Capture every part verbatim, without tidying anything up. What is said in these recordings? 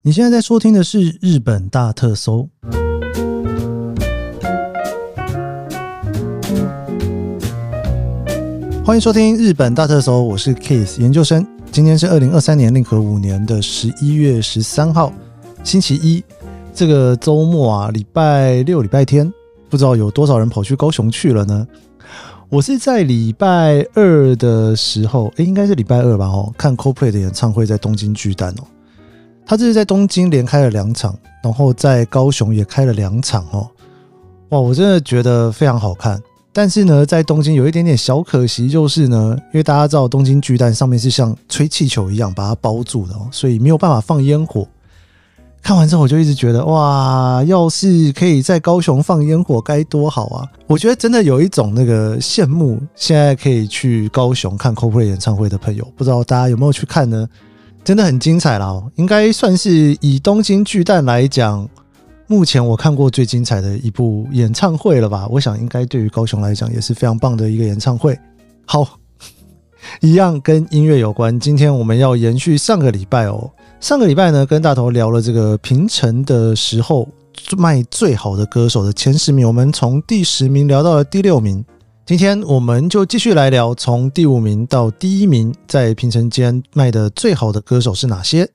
你现在在收听的是日本大特搜。欢迎收听日本大特搜，我是 Case 研究生。今天是二零二三年令和五年的十一月十三号，星期一。这个周末啊，礼拜六、礼拜天，不知道有多少人跑去高雄去了呢？我是在礼拜二的时候，诶应该是礼拜二吧，哦，看 Coldplay 的演唱会在东京巨蛋哦。他这是在东京连开了两场，然后在高雄也开了两场哦。哇，我真的觉得非常好看。但是呢，在东京有一点点小可惜，就是呢，因为大家知道东京巨蛋上面是像吹气球一样把它包住的哦，所以没有办法放烟火。看完之后我就一直觉得，哇，要是可以在高雄放烟火该多好啊！我觉得真的有一种那个羡慕现在可以去高雄看 Coldplay 演唱会的朋友，不知道大家有没有去看呢？真的很精彩啦，哦，应该算是以东京巨蛋来讲，目前我看过最精彩的一部演唱会了吧。我想应该对于高雄来讲也是非常棒的一个演唱会。好，一样跟音乐有关，今天我们要延续上个礼拜哦。上个礼拜呢，跟大头聊了这个平成的时候卖最好的歌手的前十名，我们从第十名聊到了第六名。今天我们就继续来聊从第五名到第一名在平成间卖的最好的歌手是哪些。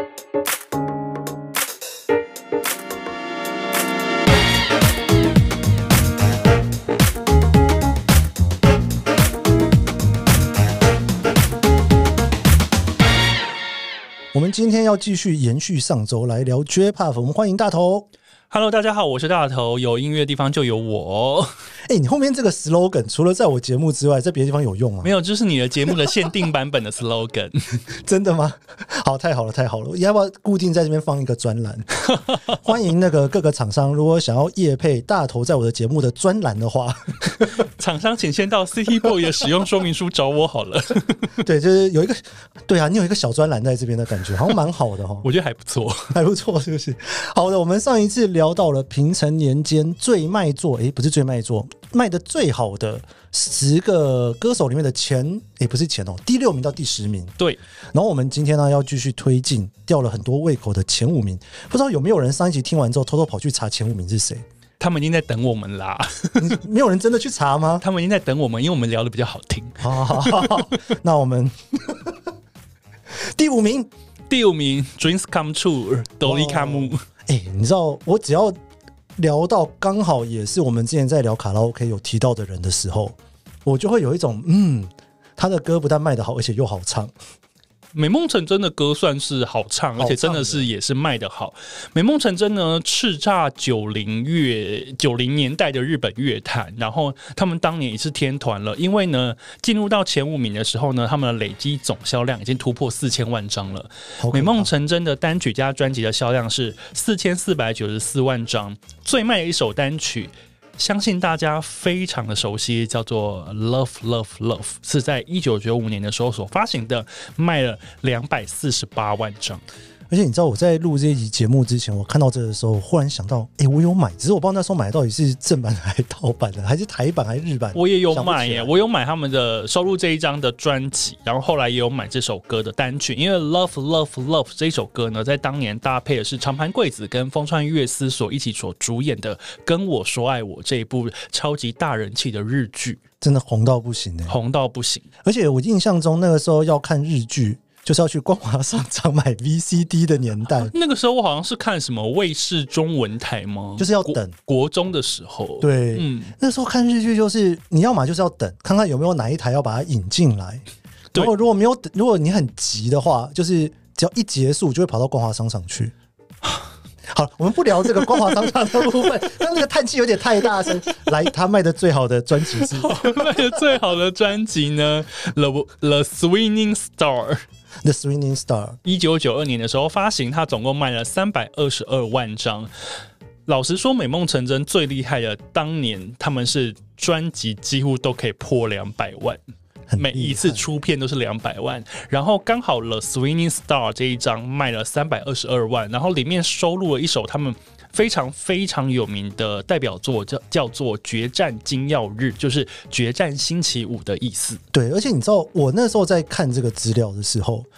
我们今天要继续延续上周来聊 J-Pop， 我们欢迎大头。 Hello， 大家好，我是大头，有音乐的地方就有我。 哎、欸，你后面这个 slogan 除了在我节目之外，在别的地方有用吗？ 没有，就是你的节目的限定版本的 slogan。 真的吗？好，太好了，太好了！要不要固定在这边放一个专栏？欢迎那个各个厂商，如果想要业配大头在我的节目的专栏的话， 厂商请先到 City Boy 的使用说明书找我好了。 对，就是有一个，对啊，你有一个小专栏在这边的感觉，好像蛮好的哈。 我觉得还不错， 还不错，是不是？好的，我们上一次聊到了平成年间最卖座，哎，不是最卖座，卖的最好的十个歌手里面的前，哎，不是前哦，第六名到第十名。 对。 然后我们今天呢要继续推进，吊了很多胃口的前五名。不知道有没有人上一集听完之后偷偷跑去查前五名是谁？ 他们已经在等我们啦。 没有人真的去查吗？ 他们已经在等我们，因为我们聊的比较好听。 好好好好，那我们第五名， 第五名 Dreams Come True 哆哩卡姆。 哎，你知道我只要聊到刚好也是我们之前在聊卡拉 OK 有提到的人的时候，我就会有一种嗯，他的歌不但卖得好，而且又好唱。 美梦成真的歌算是好唱，而且真的是也是卖得好。美梦成真呢，叱咤九零乐九零年代的日本乐坛，然后他们当年也是天团了，因为呢，进入到前五名的时候呢，他们的累积总销量已经突破四千万张了。美梦成真的单曲加专辑的销量是四千四百九十四万张，最卖的一首单曲。相信大家非常的熟悉，叫做 Love Love Love， 是在一九九五年的时候所发行的，卖了两百四十八万张。 而且你知道我在录这一集节目之前，我看到这个时候忽然想到，哎、欸，我有买，只是我不知道那时候买到底是正版还是盗版的，还是台版还是日版。 我也有买耶，我有买他们的收录这一张的专辑，然后后来也有买这首歌的单曲，因为 Love Love Love 这首歌呢，在当年搭配的是长盘贵子跟风川月司所一起所主演的《跟我说爱我》这一部超级大人气的日剧， 真的红到不行耶， 红到不行。 而且我印象中那个时候要看日剧，就是要去光华商场买 V C D 的年代。 那个时候我好像是看什么卫视中文台吗？ 就是要等国, 国中的时候。 对，嗯，那时候看日剧就是你要嘛就是要等，看看有没有哪一台要把它引进来。然后如果没有，如果你很急的话，就是只要一结束就会跑到光华商场去。好，我们不聊这个光华商场的部分，刚那个叹气有点太大声。来，他卖的最好的专辑是卖的最好的专辑呢 ，The The Swinging Star。The Swinging Star， 一九九二年的时候发行，它总共卖了三百二十二万张。老实说，美梦成真最厉害的，当年他们是专辑几乎都可以破两百万。每一次出片都是两百万，然后刚好了 Swinging Star 这一张卖了三百二十二万，然后里面收录了一首他们非常非常有名的代表作，叫叫做《决战金曜日》，就是决战星期五的意思。 对，而且你知道我那时候在看这个资料的时候，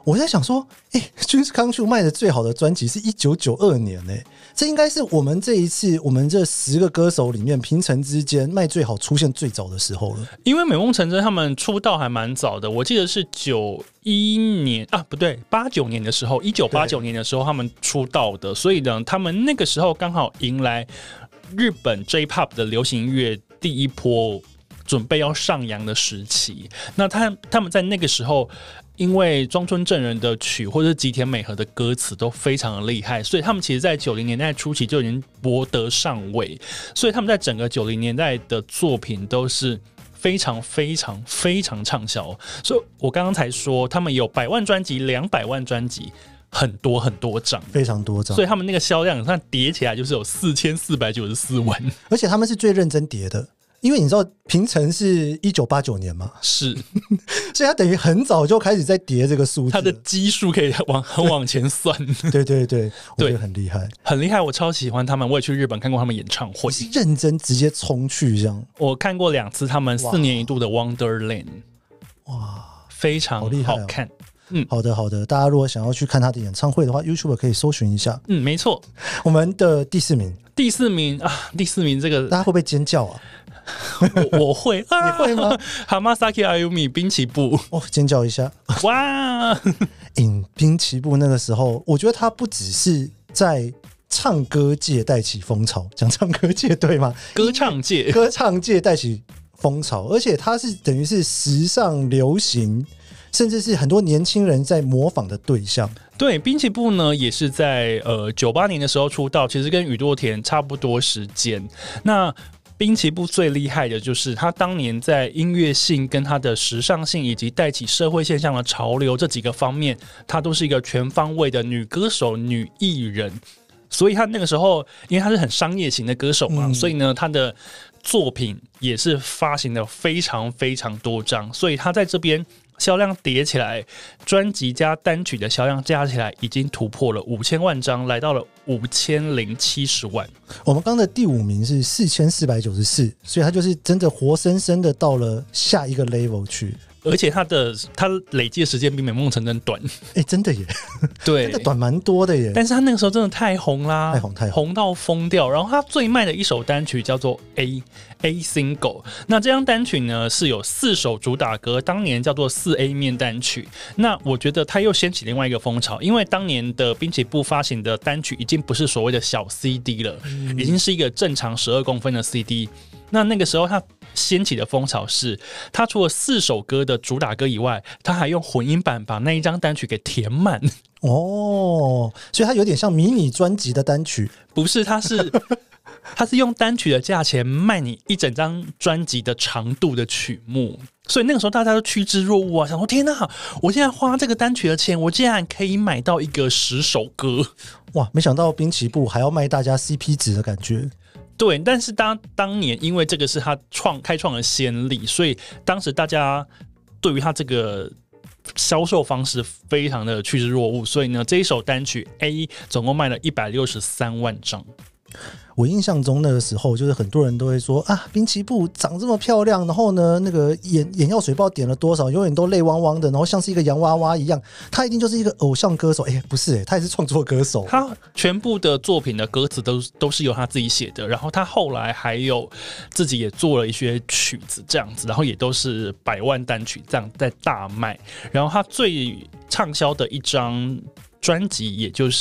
我在想说，哎、欸，军事康秀卖的最好的专辑是一九九二年呢、欸，这应该是我们这一次我们这十个歌手里面平成之间卖最好、出现最早的时候了。 因为美梦成真他们出道还蛮早的，我记得是九一年啊，不对，八九年的时候，一九八九年的时候他们出道的，所以呢，他们那个时候刚好迎来日本 J-Pop 的流行音乐第一波准备要上扬的时期。那他他们在那个时候。因为庄村正人的曲或者吉田美和的歌词都非常的厉害，所以他们其实在九零年代初期就已经博得上位，所以他们在整个九零年代的作品都是非常非常非常畅销。所以我刚刚才说他们有百万专辑、两百万专辑，很多很多张， 非常多张， 所以他们那个销量它叠起来就是有四千四百九十四万， 而且他们是最认真叠的。因为你知道平成是一九八九年嘛， 是， 所以他等于很早就开始在叠这个数字， 他的基数可以往很往前算。 对对对，我觉得很厉害， 很厉害，我超喜欢他们。我也去日本看过他们演唱会， 认真直接冲去这样。 我看过两次他们四年一度的 Wonderland， 哇，非常好看。好嗯，好的好的，大家如果想要去看他的演唱会的话 ，YouTube 可以搜寻一下。 嗯，没错。 我们的第四名， 第四名啊，第四名这个大家会不会尖叫啊？ 我, 我会，啊、 你会吗？ 哈马萨基阿尤米滨崎步， 哦，尖叫一下！哇，嗯，滨崎步那个时候，我觉得他不只是在唱歌界带起风潮，讲唱歌界对吗？ 歌唱界， 歌唱界带起风潮，而且他是等于是时尚流行。甚至是很多年轻人在模仿的对象。 对，滨崎步呢也是在呃九八年的时候出道，其实跟宇多田差不多时间。那滨崎步最厉害的就是他当年在音乐性、跟他的时尚性以及带起社会现象的潮流这几个方面，他都是一个全方位的女歌手、女艺人。所以他那个时候，因为他是很商业型的歌手嘛，嗯、所以呢，他的作品也是发行的非常非常多张，所以他在这边。销量叠起来，专辑加单曲的销量加起来已经突破了五千万张，来到了五千零七十万。 我们刚的第五名是四千四百九十四，所以他就是真的活生生的到了下一个 level 去。 而且他的他累积的时间比美梦成真短， 哎、欸，真的耶， 对， 真的短蛮多的耶。 但是他那个时候真的太红啦， 太红太红， 红到疯掉。然后他最卖的一首单曲叫做 A A Single， 那这张单曲呢是有四首主打歌，当年叫做四 A 面单曲。那我觉得他又掀起另外一个风潮，因为当年的滨崎步发行的单曲已经不是所谓的小 C D 了，嗯、已经是一个正常十二公分的 C D。那那个时候他掀起的风潮是，他除了四首歌的主打歌以外，他还用混音版把那一张单曲给填满。 哦，所以他有点像迷你专辑的单曲， 不是？他是他是用单曲的价钱卖你一整张专辑的长度的曲目。所以那个时候大家都趋之若鹜啊，想说天哪，我现在花这个单曲的钱，我竟然可以买到一个十首歌， 哇！没想到滨崎步还要卖大家 C P 值的感觉。 对，但是当当年因为这个是他创开创的先例，所以当时大家对于他这个销售方式非常的趋之若鹜，所以呢，这一首单曲 A 总共卖了一百六十三万张。 我印象中那个时候，就是很多人都会说啊，滨崎步长这么漂亮，然后呢，那个眼眼药水不知道点了多少，永远都泪汪汪的，然后像是一个洋娃娃一样，他一定就是一个偶像歌手。哎、欸，不是、欸，他也是创作歌手。 他全部的作品的歌词都都是由他自己写的，然后他后来还有自己也做了一些曲子这样子，然后也都是百万单曲这样在大卖。然后他最畅销的一张专辑也就是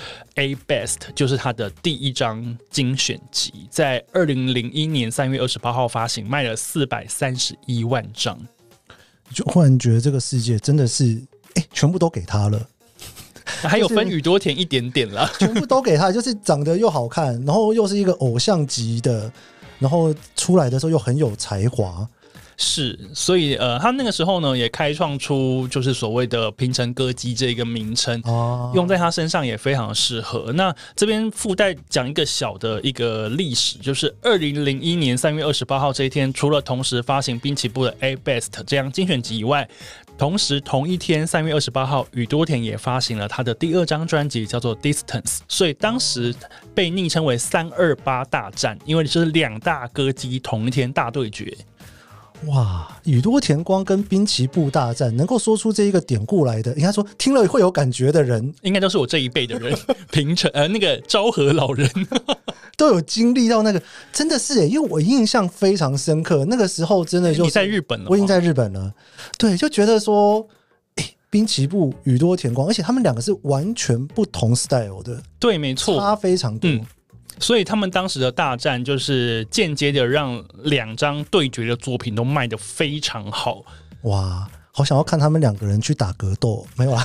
A Best， 就是他的第一张精选集，在二零零一年三月二十八号发行，卖了四百三十一万张。 就忽然觉得这个世界真的是，哎、欸，全部都给他了。 还有分宇多田一点点啦， 全部都给他，就是长得又好看，然后又是一个偶像级的，然后出来的时候又很有才华。 是，所以呃，他那个时候呢，也开创出就是所谓的平成歌姬这个名称、哦，用在他身上也非常适合。那这边附带讲一个小的一个历史，就是二零零一年三月二十八号这一天，除了同时发行滨崎步的 A Best 这样精选集以外，同时同一天三月二十八号，宇多田也发行了他的第二张专辑，叫做 Distance。所以当时被昵称为三二八大战，因为就是两大歌姬同一天大对决。 哇，宇多田光跟滨崎步大战，能够说出这一个典故来的，应该说听了会有感觉的人， 应该都是我这一辈的人，平成呃那个昭和老人都有经历到那个，真的是耶，因为我印象非常深刻，那个时候真的就是你在日本了吗？ 我已经在日本了，对，就觉得说，欸，滨崎步、宇多田光，而且他们两个是完全不同 style 的， 对，没错， 差非常多。嗯， 所以他们当时的大战就是间接的让两张对决的作品都卖得非常好。 哇，好想要看他们两个人去打格斗，没有啊？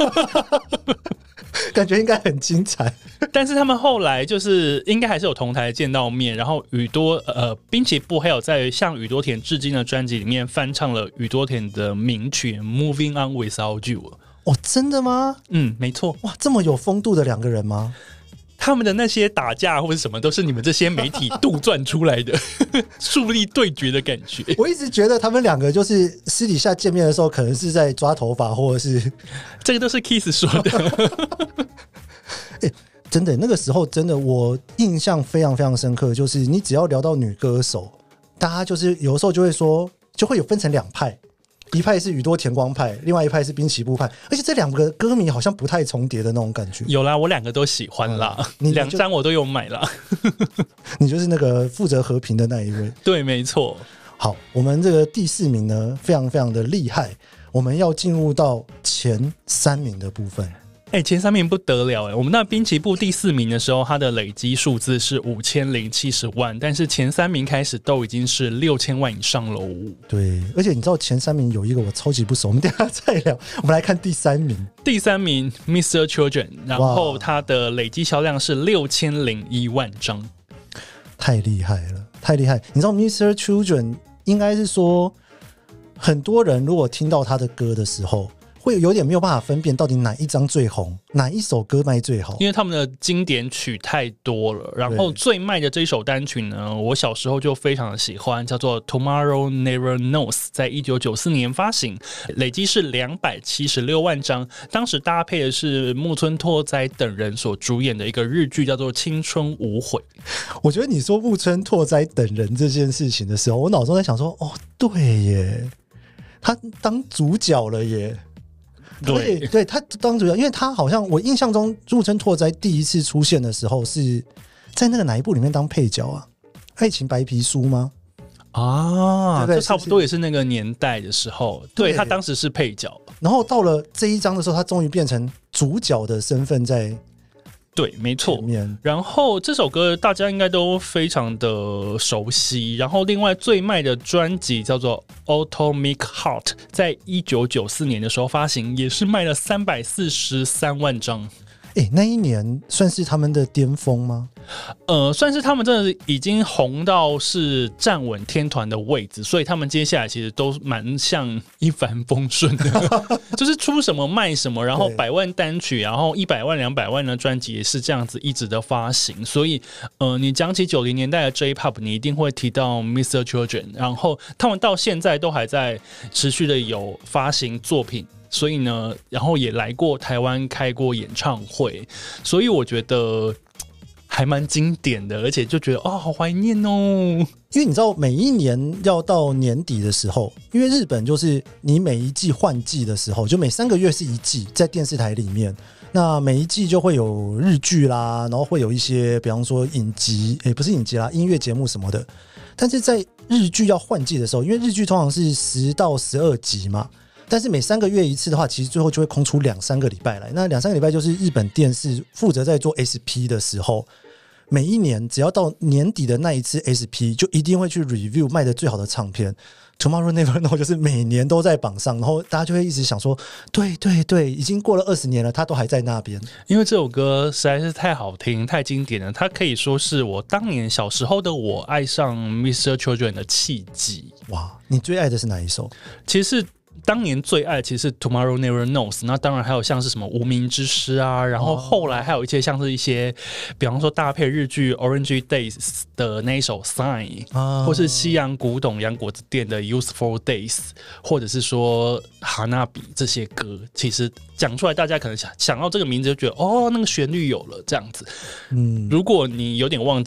感觉应该很精彩。 但是他们后来就是应该还是有同台见到面，然后宇多呃滨崎步还有在向宇多田致敬的专辑里面翻唱了宇多田的名曲《Moving On Without You》。 哦，真的吗？ 嗯，没错。 哇，这么有风度的两个人吗？ 他们的那些打架或者什么都是你们这些媒体杜撰出来的树立对决的感觉。 我一直觉得他们两个就是私底下见面的时候可能是在抓头发，或者是这个都是 Kiss 说的。 欸，真的那个时候真的我印象非常非常深刻，就是你只要聊到女歌手，大家就是有的时候就会说，就会有分成两派，一派是宇多田光派，另外一派是滨崎步派，而且这两个歌迷好像不太重叠的那种感觉。 有啦，我两个都喜欢啦，嗯，两张我都有买啦。 你就是那个负责和平的那一位。 对，没错。 好，我们这个第四名呢，非常非常的厉害，我们要进入到前三名的部分。 哎、欸，前三名不得了哎！我们那滨崎步第四名的时候，它的累积数字是五千零七十万，但是前三名开始都已经是六千万以上喽。 对，而且你知道前三名有一个我超级不熟，我们等一下再聊。我们来看第三名， 第三名 Mister Children， 然后它的累积销量是六千零一万张， 太厉害了，太厉害！你知道 Mister Children 应该是说，很多人如果听到他的歌的时候，会有点没有办法分辨到底哪一张最红，哪一首歌卖最好， 因为他们的经典曲太多了。然后最卖的这一首单曲呢，我小时候就非常的喜欢，叫做 Tomorrow Never Knows， 在一九九四年发行，累积是两百七十六万张。当时搭配的是木村拓哉等人所主演的一个日剧，叫做《青春无悔》。 我觉得你说木村拓哉等人这件事情的时候，我脑中在想说，哦，对耶，他当主角了耶。对对，他当主角，因为他好像我印象中木村拓哉第一次出现的时候是在那个哪一部里面当配角啊？爱情白皮书吗？ 啊，对对，这差不多也是那个年代的时候。对，他当时是配角， 然后到了这一章的时候，他终于变成主角的身份在。 对，没错。然后这首歌大家应该都非常的熟悉。然后另外最卖的专辑叫做《Atomic Heart》，在一九九四年的时候发行，也是卖了三百四十三万张。 欸，那一年算是他们的巅峰吗？ 呃，算是他们真的已经红到是站稳天团的位置，所以他们接下来其实都蛮像一帆风顺的，就是出什么卖什么，然后百万单曲，然后一百万、两百万的专辑也是这样子一直的发行。所以，呃，你讲起九零年代的 J-Pop， 你一定会提到 Mister Children， 然后他们到现在都还在持续的有发行作品。所以呢，然后也来过台湾开过演唱会，所以我觉得还蛮经典的，而且就觉得哦，好怀念哦。 因为你知道，每一年要到年底的时候，因为日本就是你每一季换季的时候，就每三个月是一季，在电视台里面，那每一季就会有日剧啦，然后会有一些，比方说影集，也不是影集啦，音乐节目什么的。但是在日剧要换季的时候，因为日剧通常是十到十二集嘛。但是每三个月一次的话，其实最后就会空出两三个礼拜来。那两三个礼拜就是日本电视负责在做 S P 的时候，每一年只要到年底的那一次 S P， 就一定会去 review 卖的最好的唱片。Tomorrow Never Know 就是每年都在榜上，然后大家就会一直想说，对对对，已经过了二十年了，它都还在那边。 因为这首歌实在是太好听、太经典了，它可以说是我当年小时候的我爱上 Mister Children 的契机。 哇，你最爱的是哪一首？ 其实是。当年最爱其实是 Tomorrow Never Knows， 那当然还有像是什么无名之诗啊，然后后来还有一些像是一些，比方说搭配日剧 Orange Days 的那一首 Sign，啊，或是西洋古董洋果子店的 Useful Days， 或者是说哈娜比这些歌，其实讲出来大家可能想想到这个名字就觉得哦，那个旋律有了这样子。嗯，如果你有点忘记。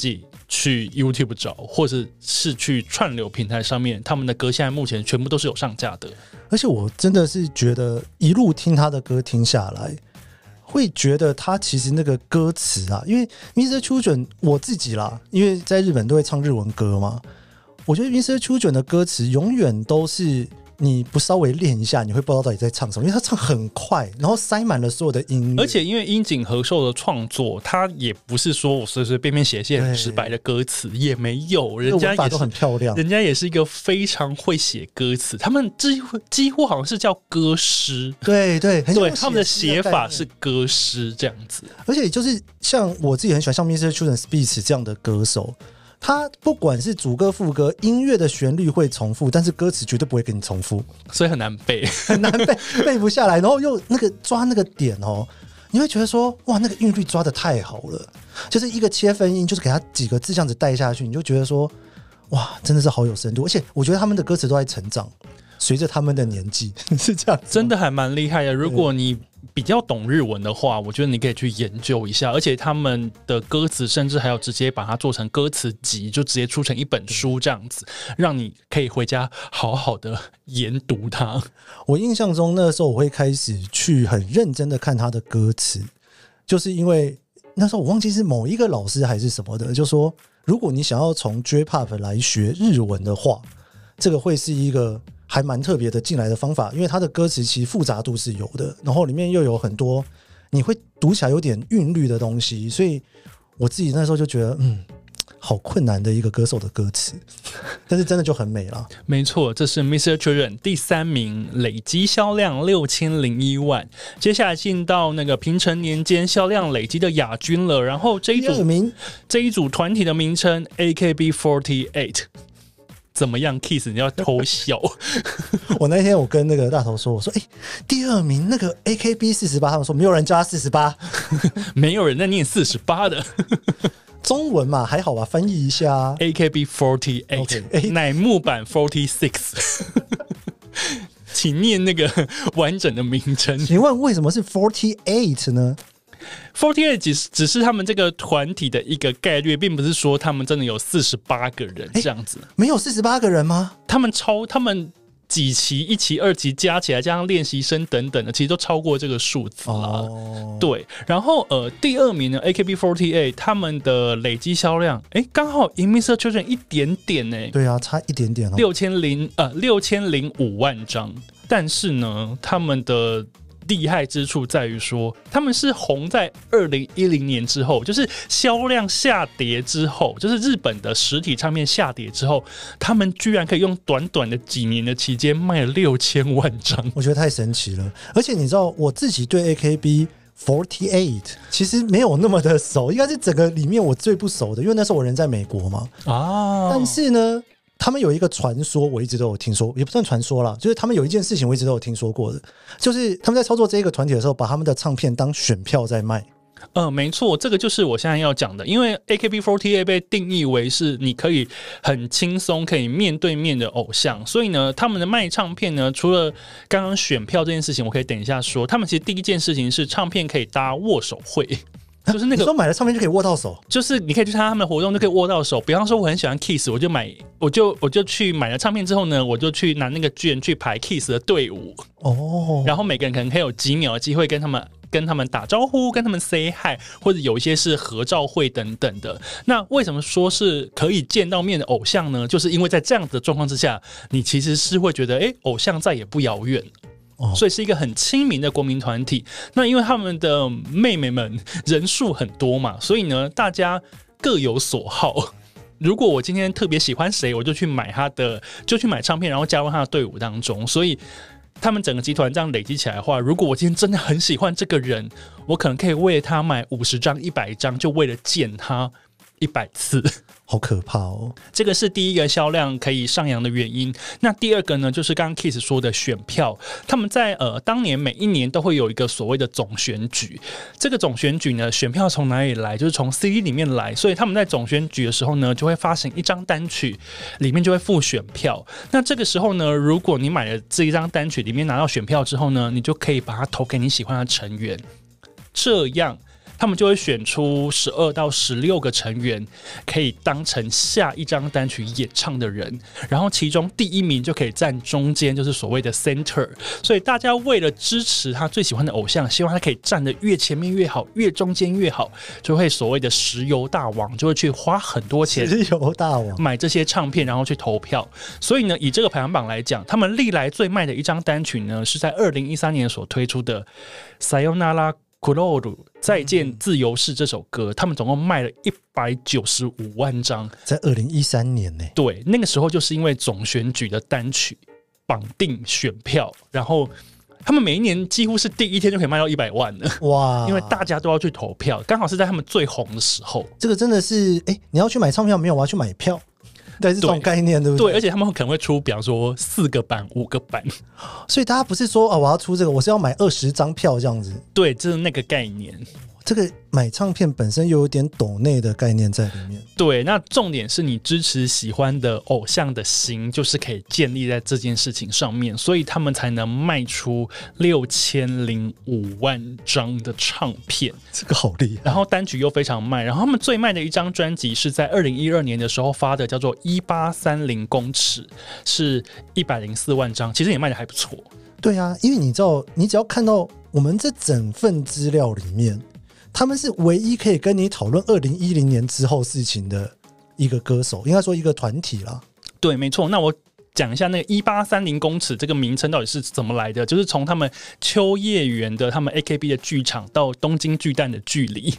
去 YouTube 找，或者是去串流平台上面，他们的歌现在目前全部都是有上架的。 而且我真的是觉得一路听他的歌听下来，会觉得他其实那个歌词啊，因为 Mister Children 我自己啦，因为在日本都会唱日文歌嘛，我觉得 Mister Children 的歌词永远都是你不稍微练一下，你会不知道到底在唱什么，因为他唱很快，然后塞满了所有的音乐。 而且因为樱井和寿的创作，他也不是说我随随便便写一些很直白的歌词，也没有，人家也是都很漂亮， 人家也是一个非常会写歌词，他们几乎几乎好像是叫歌诗， 对对对，他们的写法是歌诗这样子。 而且就是像我自己很喜欢像 Mister Children Speech 这样的歌手。他不管是主歌副歌，音乐的旋律会重复，但是歌词绝对不会给你重复， 所以很难背， 很难背，背不下来。然后又那个抓那个点哦，你会觉得说哇，那个韵律抓得太好了，就是一个切分音，就是给他几个字这样子带下去，你就觉得说哇，真的是好有深度。而且我觉得他们的歌词都在成长，随着他们的年纪是这样， 真的还蛮厉害的。如果你比较懂日文的话，我觉得你可以去研究一下，而且他们的歌词甚至还有直接把它做成歌词集，就直接出成一本书这样子，让你可以回家好好的研读它。 我印象中那时候我会开始去很认真的看他的歌词，就是因为那时候我忘记是某一个老师还是什么的，就说如果你想要从 J-Pop 来学日文的话，这个会是一个还蛮特别的进来的方法，因为它的歌词其实复杂度是有的，然后里面又有很多你会读起来有点韵律的东西，所以我自己那时候就觉得嗯，好困难的一个歌手的歌词，但是真的就很美了。 没错，这是 Mister Children 第三名，累积销量六千零一万。接下来进到那个平成年间销量累积的亚军了，然后这一组这一组团体的名称 A K B 四十八。怎么样 Kiss 你要偷笑我那天我跟那个大头说，我说哎、欸，第二名那个 A K B 四十八，他们说没有人叫他四十八， 没有人在念四十八的中文嘛还好吧，翻译一下 A K B 四十八、okay, 乃木坂四十六请念那个完整的名称。 请问为什么是四十八呢？ 四十八 只, 只是他们这个团体的一个概率，并不是说他们真的有四十八个人这样子。 没有四十八个人吗？ 他们超他们几期一期二期加起来，加上练习生等等的，其实都超过这个数字了。哦、对，然后呃，第二名呢 ，A K B 四十八，他们的累积销量，哎，刚好赢 Mister Children 一点点呢。 对啊，差一点点哦， 六千零呃六千零五万张，但是呢，他们的厉害之处在于说，他们是红在二零一零年之后，就是销量下跌之后，就是日本的实体唱片下跌之后，他们居然可以用短短的几年的期间卖了六千万张， 我觉得太神奇了。而且你知道，我自己对 A K B 四十八其实没有那么的熟，应该是整个里面我最不熟的，因为那时候我人在美国嘛。啊，但是呢，他们有一个传说，我一直都有听说，也不算传说啦，就是他们有一件事情我一直都有听说过的，就是他们在操作这一个团体的时候，把他们的唱片当选票在卖。 呃，没错，这个就是我现在要讲的，因为 A K B 四十八 被定义为是你可以很轻松可以面对面的偶像，所以呢，他们的卖唱片呢，除了刚刚选票这件事情，我可以等一下说，他们其实第一件事情是唱片可以搭握手会。就是那个， 你说买了唱片就可以握到手， 就是你可以去参加他们的活动就可以握到手。比方说我很喜欢 Kiss， 我就买，我就我就去买了唱片之后呢，我就去拿那个券去排 Kiss 的队伍哦，然后每个人可能可以有几秒的机会跟他们跟他们打招呼，跟他们 say hi， 或者有一些是合照会等等的。那为什么说是可以见到面的偶像呢？就是因为在这样的状况之下，你其实是会觉得，哎，偶像再也不遥远。所以是一个很亲民的国民团体。那因为他们的妹妹们人数很多嘛，所以呢，大家各有所好。如果我今天特别喜欢谁，我就去买他的，就去买唱片，然后加入他的队伍当中。所以他们整个集团这样累积起来的话，如果我今天真的很喜欢这个人，我可能可以为他买五十张、一百张，就为了见他一百次。 好可怕哦！ 这个是第一个销量可以上扬的原因。那第二个呢，就是刚刚 Kiss 说的选票，他们在呃当年每一年都会有一个所谓的总选举。这个总选举呢，选票从哪里来？就是从 C D 里面来，所以他们在总选举的时候呢，就会发行一张单曲，里面就会附选票。那这个时候呢，如果你买了这一张单曲，里面拿到选票之后呢，你就可以把它投给你喜欢的成员，这样他们就会选出十二到十六个成员，可以当成下一张单曲演唱的人，然后其中第一名就可以站中间，就是所谓的 center。所以大家为了支持他最喜欢的偶像，希望他可以站得越前面越好，越中间越好，就会所谓的石油大王就会去花很多钱， 石油大王买这些唱片，然后去投票。所以呢，以这个排行榜来讲，他们历来最卖的一张单曲呢，是在二零一三年所推出的 Sayonara Kororu 再见自由式这首歌，他们总共卖了一百九十五万张， 在二零一三年呢、欸。 对，那个时候就是因为总选举的单曲绑定选票，然后他们每一年几乎是第一天就可以卖到一百万了，哇！因为大家都要去投票，刚好是在他们最红的时候。 这个真的是，哎、欸，你要去买唱票没有？我要去买票。对，是这种概念，对不对？ 对，而且他们可能会出，比方说四个版、五个版， 所以大家不是说啊，我要出这个，我是要买二十张票这样子。 对，这是那个概念。 这个买唱片本身又有点抖内的概念在里面。 对，那重点是你支持喜欢的偶像的心，就是可以建立在这件事情上面，所以他们才能卖出六千零五万张的唱片。 这个好厉害！ 然后单曲又非常卖，然后他们最卖的一张专辑是在二零一二年的时候发的，叫做一八三零公尺，是一百零四万张，其实也卖的还不错。 对啊，因为你知道，你只要看到我们这整份资料里面，他们是唯一可以跟你讨论二零一零年之后事情的一个歌手，应该说一个团体啦。 对，没错。那我讲一下那个一八三零公尺这个名称到底是怎么来的，就是从他们秋叶原的他们 A K B 的剧场到东京巨蛋的距离，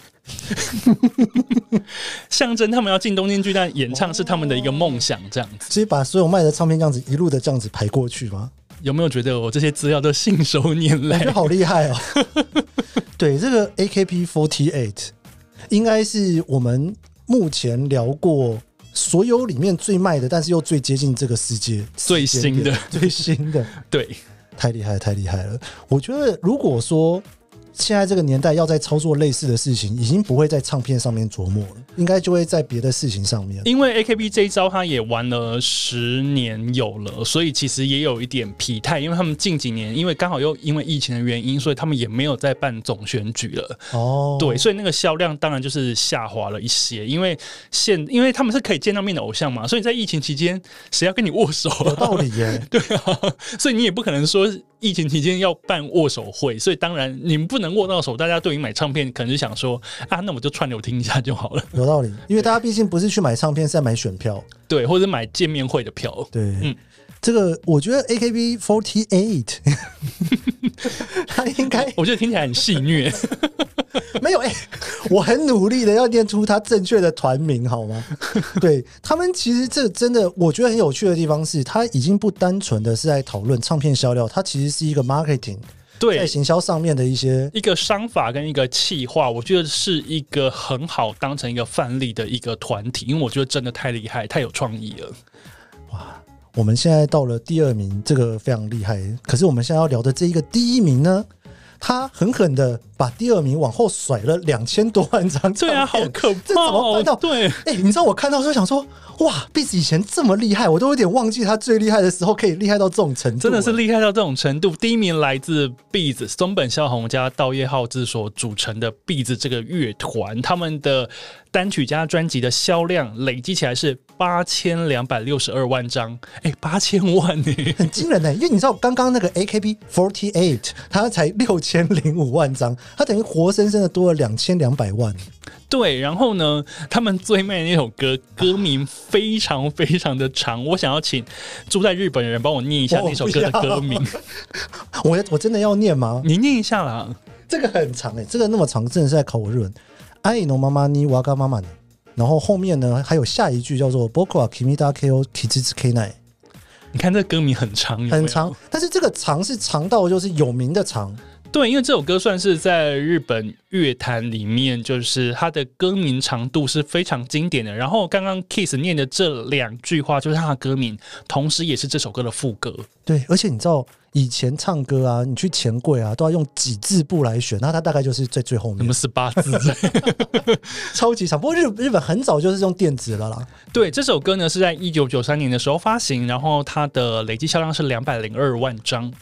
象征他们要进东京巨蛋演唱是他们的一个梦想，这样子。 所以把所有卖的唱片这样子一路的这样子排过去吗？ 有没有觉得我这些资料都信手拈来？ 我觉得好厉害哦！对，这个 A K B 四十八 应该是我们目前聊过所有里面最卖的，但是又最接近这个世界最新的、 最新的。 对， 太厉害了，太厉害了！我觉得，如果说现在这个年代要在操作类似的事情，已经不会在唱片上面琢磨了，应该就会在别的事情上面。 因为 A K B 这一招他也玩了十年有了，所以其实也有一点疲态，因为他们近几年因为刚好又因为疫情的原因，所以他们也没有再办总选举了。哦，对，所以那个销量当然就是下滑了一些，因为现因为他们是可以见到面的偶像嘛，所以在疫情期间谁要跟你握手、啊？ 有道理耶。 对啊，所以你也不可能说疫情期间要办握手会，所以当然你们不能握到手，大家对于买唱片可能就想说啊，那我就串流听一下就好了。 有道理，因为大家毕竟不是去买唱片，是在买选票， 对，或者买见面会的票。 对，嗯，这个我觉得 A K B 四十八 他应该， 我觉得听起来很戏谑。 没有哎、欸，我很努力的要念出他正确的团名，好吗？对他们，其实这真的我觉得很有趣的地方是，他已经不单纯的是在讨论唱片销量，它其实是一个 marketing。对，在行销上面的一些一个商法跟一个企划，我觉得是一个很好当成一个范例的一个团体，因为我觉得真的太厉害，太有创意了。 哇，我们现在到了第二名，这个非常厉害。可是我们现在要聊的这一个第一名呢，他狠狠的把第二名往后甩了两千多万张唱片。 对啊，好可怕、哦！ 这怎么办到？对，哎、欸，你知道我看到的时候想说，哇 ，Beats 以前这么厉害，我都有点忘记他最厉害的时候可以厉害到这种程度， 真的是厉害到这种程度。第一名来自 Beats 松本孝宏加稻叶浩志所组成的 Beats 这个乐团，他们的单曲加专辑的销量累积起来是八千两百六十二万张，哎、欸，八千万呢、欸， 很惊人呢、欸。因为你知道刚刚那个 A K B 四十八，它才六千零五万张，它等于活生生的多了两千两百万。 对，然后呢，他们最卖的那首歌歌名非常非常的长，我想要请住在日本的人帮我念一下那首歌的歌名。 我我真的要念吗？ 你念一下啦。 这个很长哎、欸，这个那么长，真的是在考我日文。愛のままにわがままに，然后后面呢还有下一句叫做僕は君だけを傷つけない。 你看这歌名很长，有没有？ 很长，但是这个长是长到就是有名的长。 对，因为这首歌算是在日本乐坛里面，就是它的歌名长度是非常经典的。然后刚刚 Kiss 念的这两句话就是它的歌名，同时也是这首歌的副歌。 对，而且你知道以前唱歌啊，你去钱柜啊，都要用几字部来选，那它大概就是在最后面， 什么十八字， 超级长。不过 日, 日本很早就是用电子了啦。 对，这首歌呢是在一九九三年的时候发行，然后它的累计销量是两百零二万张。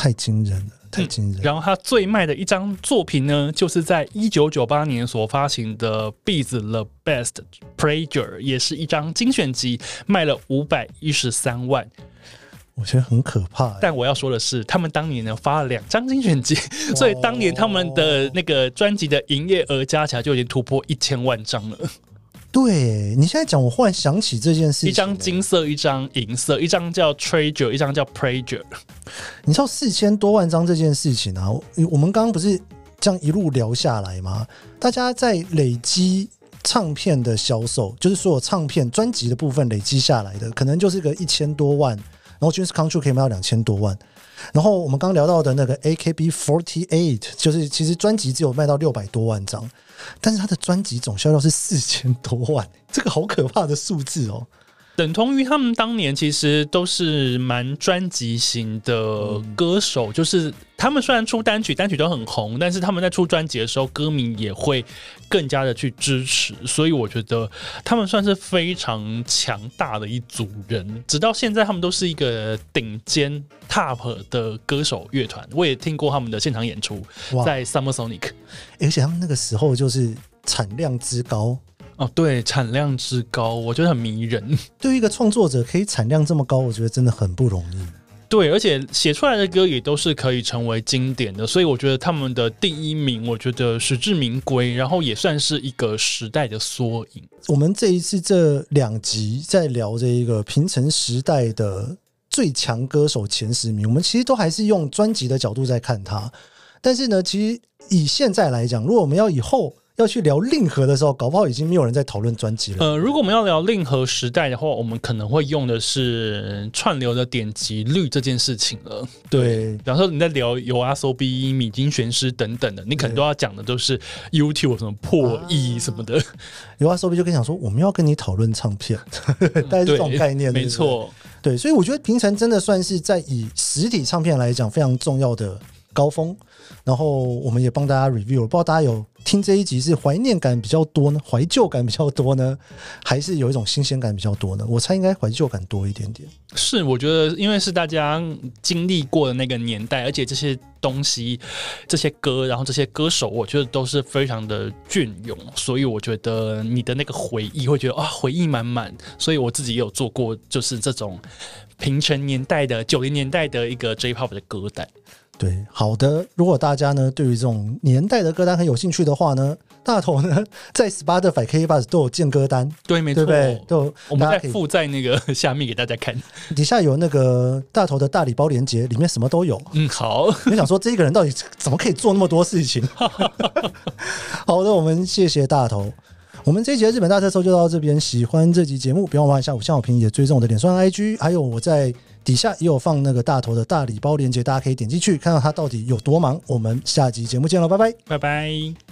太惊人了，太惊人了、 嗯。然后他最卖的一张作品呢，就是在一九九八年所发行的 Beats The Best Pleasure， 也是一张精选集，卖了五百一十三万。 我觉得很可怕、欸。 但我要说的是，他们当年呢发了两张精选集，所以当年他们的那个专辑的营业额加起来就已经突破一千万张了。 对，你现在讲，我忽然想起这件事情、欸。 一张金色，一张银色，一张叫 Treasure， 一张叫 Pleasure。 你知道四千多万张这件事情啊？我们刚刚不是这样一路聊下来吗？大家在累积唱片的销售，就是所有唱片专辑的部分累积下来的，可能就是个一千多万，然后 James Control 可以卖到两千多万。然后我们刚刚聊到的那个 A K B 四十八， 就是其实专辑只有卖到六百多万张，但是他的专辑总销量是四千多万，这个好可怕的数字哦。 等同于他们当年其实都是蛮专辑型的歌手、嗯、就是他们虽然出单曲单曲都很红，但是他们在出专辑的时候歌迷也会更加的去支持，所以我觉得他们算是非常强大的一组人，直到现在他们都是一个顶尖 top 的歌手乐团。我也听过他们的现场演出，在 Summer Sonic， 而且他们那个时候就是产量之高哦，对，产量之高，我觉得很迷人。 对于一个创作者可以产量这么高，我觉得真的很不容易。 对，而且写出来的歌也都是可以成为经典的，所以我觉得他们的第一名，我觉得实至名归，然后也算是一个时代的缩影。 我们这一次这两集在聊这一个平成时代的最强歌手前十名，我们其实都还是用专辑的角度在看它。但是呢，其实以现在来讲，如果我们要以后要去聊令和的时候，搞不好已经没有人在讨论专辑了。 呃，如果我们要聊令和时代的话，我们可能会用的是串流的点击率这件事情了。对，比方说你在聊有阿 S O B、米津玄师等等的，你可能都要讲的都是 YouTube 什么破亿什么的。啊、 有阿 S O B 就跟你讲说，我们要跟你讨论唱片，大概是这种概念。 没错， 对，所以我觉得平成真的算是在以实体唱片来讲非常重要的高峰。然后我们也帮大家 review， 不知道大家有听这一集是怀念感比较多呢，怀旧感比较多呢，还是有一种新鲜感比较多呢？我猜应该怀旧感多一点点。 是，我觉得因为是大家经历过的那个年代，而且这些东西、这些歌，然后这些歌手，我觉得都是非常的隽永，所以我觉得你的那个回忆会觉得啊，回忆满满。所以我自己也有做过，就是这种平成年代的、九零年代的一个 J-pop 的歌单。 对，好的。如果大家呢对于这种年代的歌单很有兴趣的话呢，大头呢在 Spotify、K K B O X 都有建歌单， 对，没错， 对不对？都我们再附在那个下面给大家看， 底下有那个大头的大礼包连结，里面什么都有。 嗯，好。 我想说这个人到底怎么可以做那么多事情？好的，我们谢谢大头。我们这一集的日本大特搜就到这边，喜欢这集节目不要忘了下午下午评也追踪我的脸书 I G， 还有我在底下也有放那个大头的大礼包链接，大家可以点进去看到他到底有多忙。我们下集节目见了，拜拜， 拜拜。